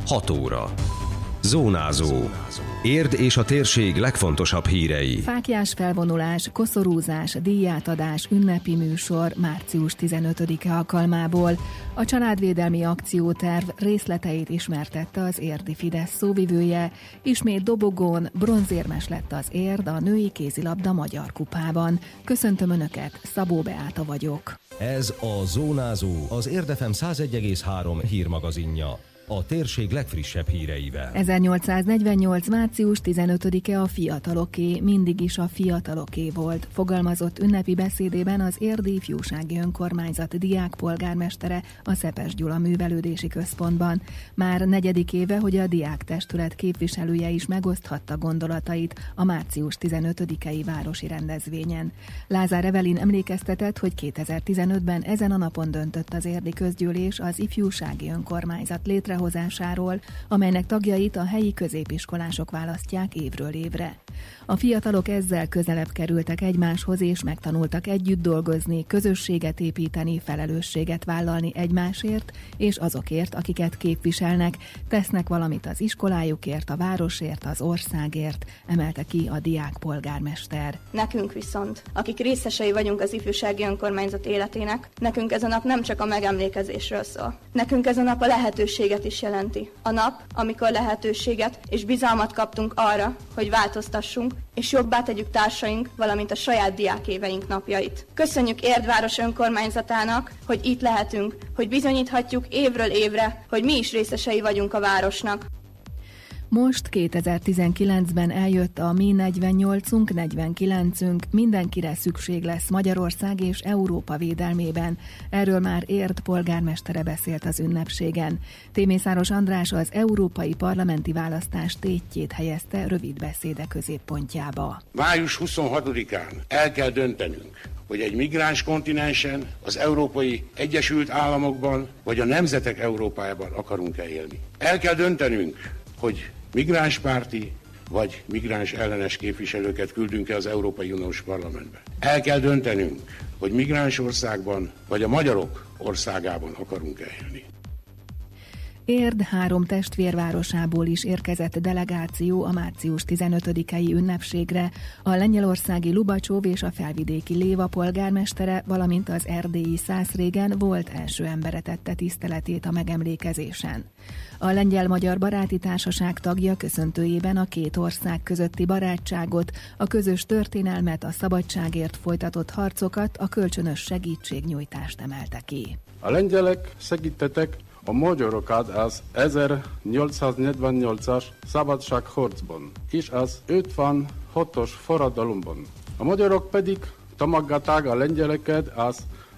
6 óra. Zónázó. Érd és a térség legfontosabb hírei. Fáklyás felvonulás, koszorúzás, díjátadás, ünnepi műsor március 15-e alkalmából. A családvédelmi akcióterv részleteit ismertette az érdi Fidesz szóvivője. Ismét dobogón, bronzérmes lett az Érd a női kézilabda magyar kupában. Köszöntöm Önöket, Szabó Beáta vagyok. Ez a Zónázó, az Érd FM 101,3 hírmagazinja. A térség legfrissebb híreivel. 1848. március 15-e a fiataloké, mindig is a fiataloké volt, fogalmazott ünnepi beszédében az Érdi Ifjúsági Önkormányzat diákpolgármestere a Szepes Gyula Művelődési Központban. Már 4. éve, hogy a diáktestület képviselője is megoszthatta gondolatait a március 15-i városi rendezvényen. Lázár Evelin emlékeztetett, hogy 2015-ben ezen a napon döntött az érdi közgyűlés az Ifjúsági Önkormányzat létrehozásáról, amelynek tagjait a helyi középiskolások választják évről évre. A fiatalok ezzel közelebb kerültek egymáshoz, és megtanultak együtt dolgozni, közösséget építeni, felelősséget vállalni egymásért, és azokért, akiket képviselnek, tesznek valamit az iskolájukért, a városért, az országért, emelte ki a diákpolgármester. Nekünk viszont, akik részesei vagyunk az Ifjúsági Önkormányzat életének, nekünk ez a nap nem csak a megemlékezésről szól. Nekünk ez a nap a lehetőséget is jelenti. A nap, amikor lehetőséget és bizalmat kaptunk arra, hogy változtassunk, és jobbá tegyük társaink, valamint a saját diákéveink napjait. Köszönjük Érd város önkormányzatának, hogy itt lehetünk, hogy bizonyíthatjuk évről évre, hogy mi is részesei vagyunk a városnak. Most 2019-ben eljött a mi 48-unk, 49-ünk, mindenkire szükség lesz Magyarország és Európa védelmében. Erről már Érd polgármestere beszélt az ünnepségen. Témészáros András az európai parlamenti választás tétjét helyezte rövid beszéde középpontjába. Május 26-án el kell döntenünk, hogy egy migráns kontinensen, az Európai Egyesült Államokban vagy a Nemzetek Európájában akarunk-e élni. El kell döntenünk, hogy migránspárti vagy migráns ellenes képviselőket küldünk-e az Európai Uniós Parlamentbe. El kell döntenünk, hogy migráns országban vagy a magyarok országában akarunk-e élni. Érd 3 testvérvárosából is érkezett delegáció a március 15-i ünnepségre. A lengyelországi Lubacsov és a felvidéki Léva polgármestere, valamint az erdélyi Szászrégen volt első embere tette tiszteletét a megemlékezésen. A Lengyel-Magyar Baráti Társaság tagja köszöntőjében a két ország közötti barátságot, a közös történelmet, a szabadságért folytatott harcokat, a kölcsönös segítségnyújtást emelte ki. A lengyelek segítettek a magyarokat az 1848-as szabadságharcban és az 56-os forradalomban. A magyarok pedig támogatták a lengyeleket az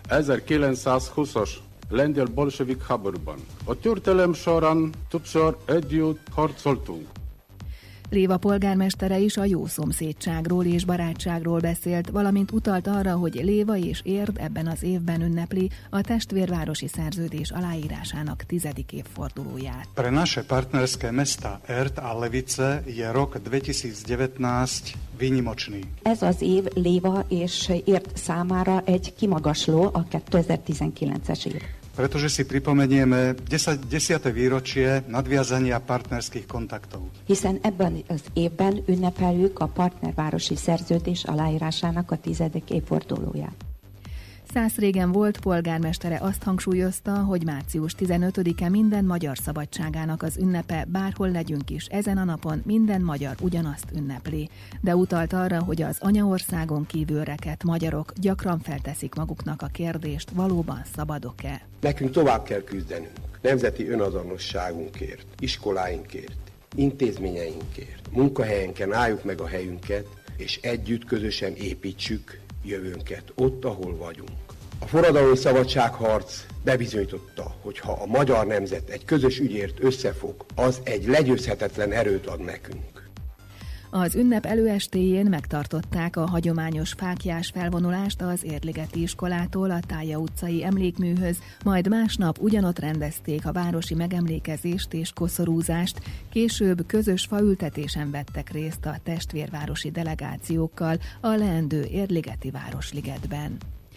1920-as lengyel-bolsevik háborúban. A történelem során többször együtt harcoltunk. Léva polgármestere is a jó szomszédságról és barátságról beszélt, valamint utalt arra, hogy Léva és Érd ebben az évben ünnepli a testvérvárosi szerződés aláírásának 10. évfordulóját. Pre naše partnerské mesta Érd a Levice je rok 2019 výnimočný. Ez az év Léva és Érd számára egy kimagasló, a 2019-es év. Pretože si pripomenieme 10. výročie nadviazania partnerských kontaktov. Hiszen ebben az évben ünnepeljük a partnervárosi szerződés aláírásának a 10. évfordulóját. Szászrégen volt polgármestere azt hangsúlyozta, hogy március 15-e minden magyar szabadságának az ünnepe, bárhol legyünk is ezen a napon minden magyar ugyanazt ünnepli. De utalt arra, hogy az anyaországon kívül rekedt magyarok gyakran felteszik maguknak a kérdést, valóban szabadok-e? Nekünk tovább kell küzdenünk nemzeti önazonosságunkért, iskoláinkért, intézményeinkért, munkahelyenken álljuk meg a helyünket, és együtt közösen építsük jövőnket ott, ahol vagyunk. A forradalmi szabadságharc bebizonyította, hogy ha a magyar nemzet egy közös ügyért összefog, az egy legyőzhetetlen erőt ad nekünk. Az ünnep előestéjén megtartották a hagyományos fáklyás felvonulást az Érdligeti iskolától a Tálya utcai emlékműhöz, majd másnap ugyanott rendezték a városi megemlékezést és koszorúzást, később közös faültetésen vettek részt a testvérvárosi delegációkkal a leendő Érdligeti Városligetben.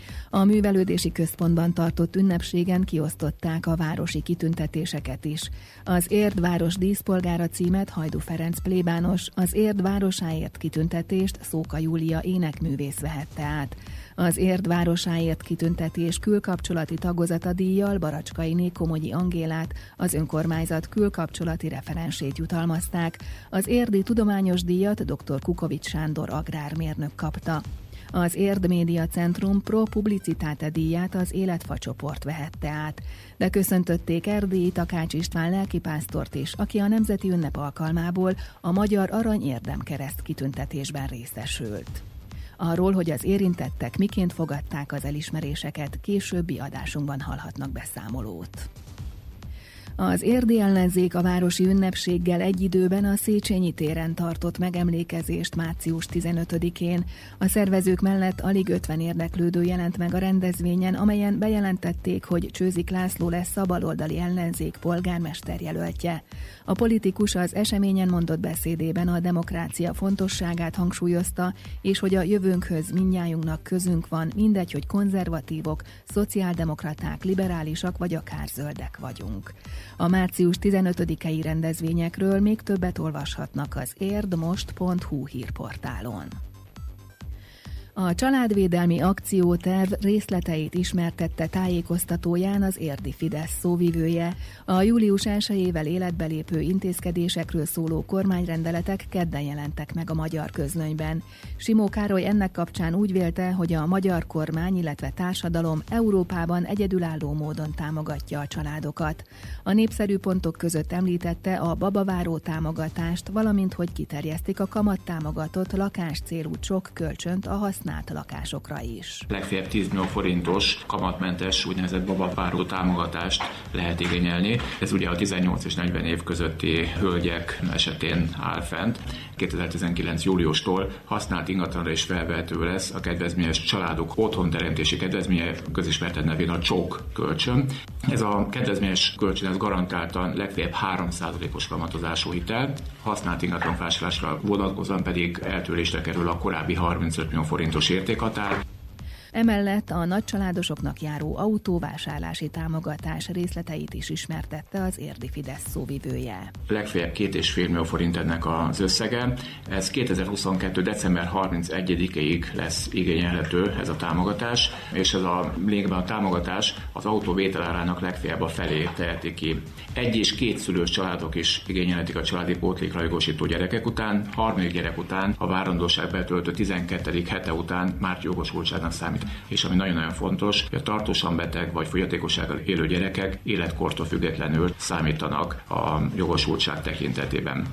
A művelődési központban tartott ünnepségen kiosztották a városi kitüntetéseket is. Az Érd város díszpolgára címet Hajdú Ferenc plébános, az Érd városáért kitüntetést Szóka Júlia énekművész vehette át. Az Érd városáért kitüntetés külkapcsolati tagozata díjjal Baracskainé Komogyi Angélát, az önkormányzat külkapcsolati referensét jutalmazták. Az érdi tudományos díjat dr. Kukovics Sándor agrármérnök kapta. Az Érd Média Centrum Pro Publicitate díját az Életfa csoport vehette át, de köszöntötték erdélyi Takács István lelkipásztort is, aki a nemzeti ünnep alkalmából a Magyar Arany Érdemkereszt kitüntetésben részesült. Arról, hogy az érintettek miként fogadták az elismeréseket, későbbi adásunkban hallhatnak beszámolót. Az érdi ellenzék a városi ünnepséggel egy időben a Széchenyi téren tartott megemlékezést március 15-én. A szervezők mellett alig 50 érdeklődő jelent meg a rendezvényen, amelyen bejelentették, hogy Csőzik László lesz a baloldali ellenzék polgármesterjelöltje. A politikus az eseményen mondott beszédében a demokrácia fontosságát hangsúlyozta, és hogy a jövőnkhöz mindnyájunknak közünk van, mindegy, hogy konzervatívok, szociáldemokraták, liberálisak vagy akár zöldek vagyunk. A március 15-i rendezvényekről még többet olvashatnak az érdmost.hu hírportálon. A családvédelmi akcióterv részleteit ismertette tájékoztatóján az érdi Fidesz szóvivője. A július 1-ével életbe lépő intézkedésekről szóló kormányrendeletek kedden jelentek meg a magyar közlönyben. Simó Károly ennek kapcsán úgy vélte, hogy a magyar kormány, illetve társadalom Európában egyedülálló módon támogatja a családokat. A népszerű pontok között említette a babaváró támogatást, valamint hogy kiterjesztik a kamattámogatott lakáscélú csok kölcsönt a használt lakásokra is. Legfeljebb 10 millió forintos kamatmentes úgynevezett babaváró támogatást lehet igényelni. Ez ugye a 18 és 40 év közötti hölgyek esetén áll fent. 2019. júliustól használt ingatlanra is felvehető lesz a kedvezményes családok otthonteremtési kedvezménye, közismertett nevén a csók kölcsön. Ez a kedvezményes kölcsön ez garantáltan legfeljebb 3%-os kamatozású hitel, használt ingatlan vásárlásra vonatkozóan pedig eltörlésre kerül a korábbi 35 millió forintos értékhatár. Emellett a nagycsaládosoknak járó autóvásárlási támogatás részleteit is ismertette az érdi Fidesz szóvivője. Legfeljebb 2,5 millió forint ennek az összege. Ez 2022. december 31-ig lesz igényelhető ez a támogatás, és ez a lényegben a támogatás az autó vételárának legfeljebb a felé teheti ki. 1 és 2 szülős családok is igényelhetik a családi pótlékra jogosító gyerekek után, harmadik gyerek után, a várandóság betöltő 12. hete után már jogosultságnak számít. És ami nagyon-nagyon fontos, hogy a tartósan beteg vagy fogyatékossággal élő gyerekek életkortól függetlenül számítanak a jogosultság tekintetében.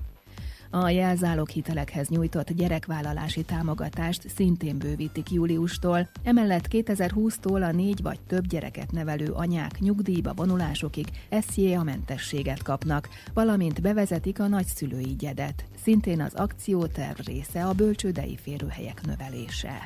A jelzáloghitelekhez nyújtott gyerekvállalási támogatást szintén bővítik júliustól, emellett 2020-tól a 4 vagy több gyereket nevelő anyák nyugdíjba vonulásokig SZJA mentességet kapnak, valamint bevezetik a nagyszülői gyedet. Szintén az akcióterv része a bölcsődei férőhelyek növelése.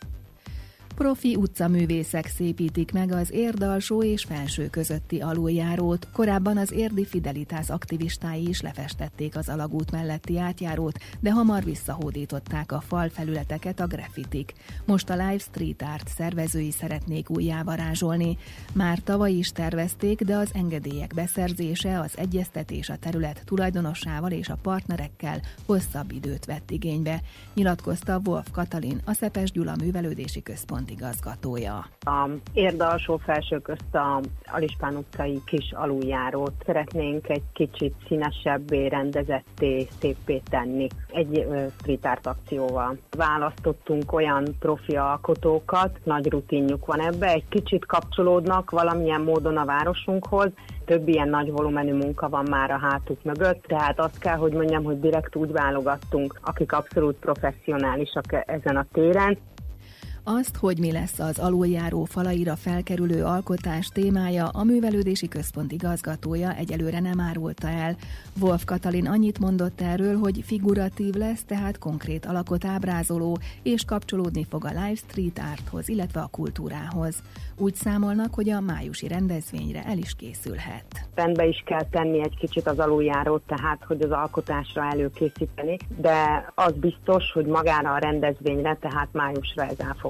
Profi utcaművészek szépítik meg az Érd alsó és felső közötti aluljárót. Korábban az érdi Fidelitás aktivistái is lefestették az alagút melletti átjárót, de hamar visszahódították a falfelületeket a graffitik. Most a Live Street Art szervezői szeretnék újjávarázsolni. Már tavaly is tervezték, de az engedélyek beszerzése, az egyeztetés a terület tulajdonossával és a partnerekkel hosszabb időt vett igénybe, nyilatkozta Wolf Katalin, a Szepes Gyula Művelődési Központ igazgatója. A Érd alsó-felső közt a Alispán utcai kis aluljárót szeretnénk egy kicsit színesebbé, rendezetté, széppé tenni. Egy street art akcióval választottunk olyan profi alkotókat, nagy rutinjuk van ebbe, egy kicsit kapcsolódnak valamilyen módon a városunkhoz, több ilyen nagy volumenű munka van már a hátuk mögött, tehát azt kell, hogy mondjam, hogy direkt úgy válogattunk, akik abszolút professzionálisak ezen a téren. Azt, hogy mi lesz az aluljáró falaira felkerülő alkotás témája, a Művelődési Központ igazgatója egyelőre nem árulta el. Wolf Katalin annyit mondott erről, hogy figuratív lesz, tehát konkrét alakot ábrázoló, és kapcsolódni fog a Live Street Arthoz, illetve a kultúrához. Úgy számolnak, hogy a májusi rendezvényre el is készülhet. Rendbe is kell tenni egy kicsit az aluljárót, tehát hogy az alkotásra előkészíteni, de az biztos, hogy magára a rendezvényre, tehát májusra ez el fog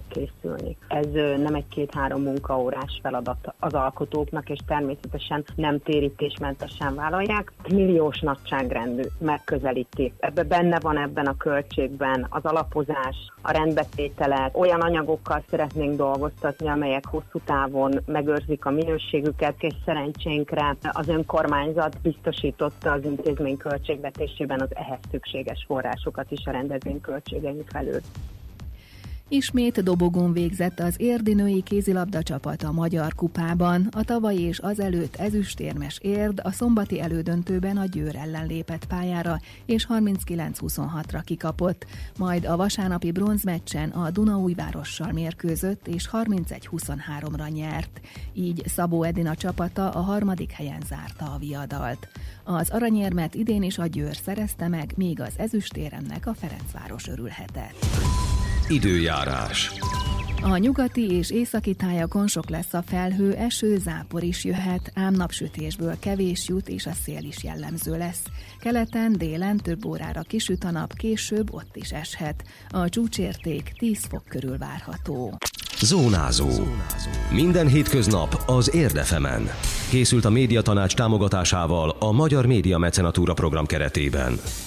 készülni. Ez nem egy 2-3 munkaórás feladat az alkotóknak, és természetesen nem térítésmentesen vállalják. Milliós nagyságrendű megközelíti. Benne van ebben a költségben az alapozás, a rendbetételet, olyan anyagokkal szeretnénk dolgoztatni, amelyek hosszú távon megőrzik a minőségüket, és szerencsénkre az önkormányzat biztosította az intézmény költségvetésében az ehhez szükséges forrásokat is a rendezvény költségeink felül. Ismét dobogón végzett az érdi női kézilabda csapat a Magyar Kupában. A tavalyi és azelőtt ezüstérmes Érd a szombati elődöntőben a Győr ellen lépett pályára, és 39-26-ra kikapott, majd a vasárnapi bronzmeccsen a Dunaújvárossal mérkőzött, és 31-23-ra nyert. Így Szabó Edina csapata a 3. helyen zárta a viadalt. Az aranyérmet idén is a Győr szerezte meg, míg az ezüstéremnek a Ferencváros örülhetett. Időjárás. A nyugati és északi tájakon sok lesz a felhő, eső, zápor is jöhet, ám napsütésből kevés jut, és a szél is jellemző lesz. Keleten, délen több órára kisüt a nap, később ott is eshet. A csúcsérték 10 fok körül várható. Zónázó. Minden hétköznap az Érd FM-en. Készült a Médiatanács támogatásával a Magyar Média Mecenatúra program keretében.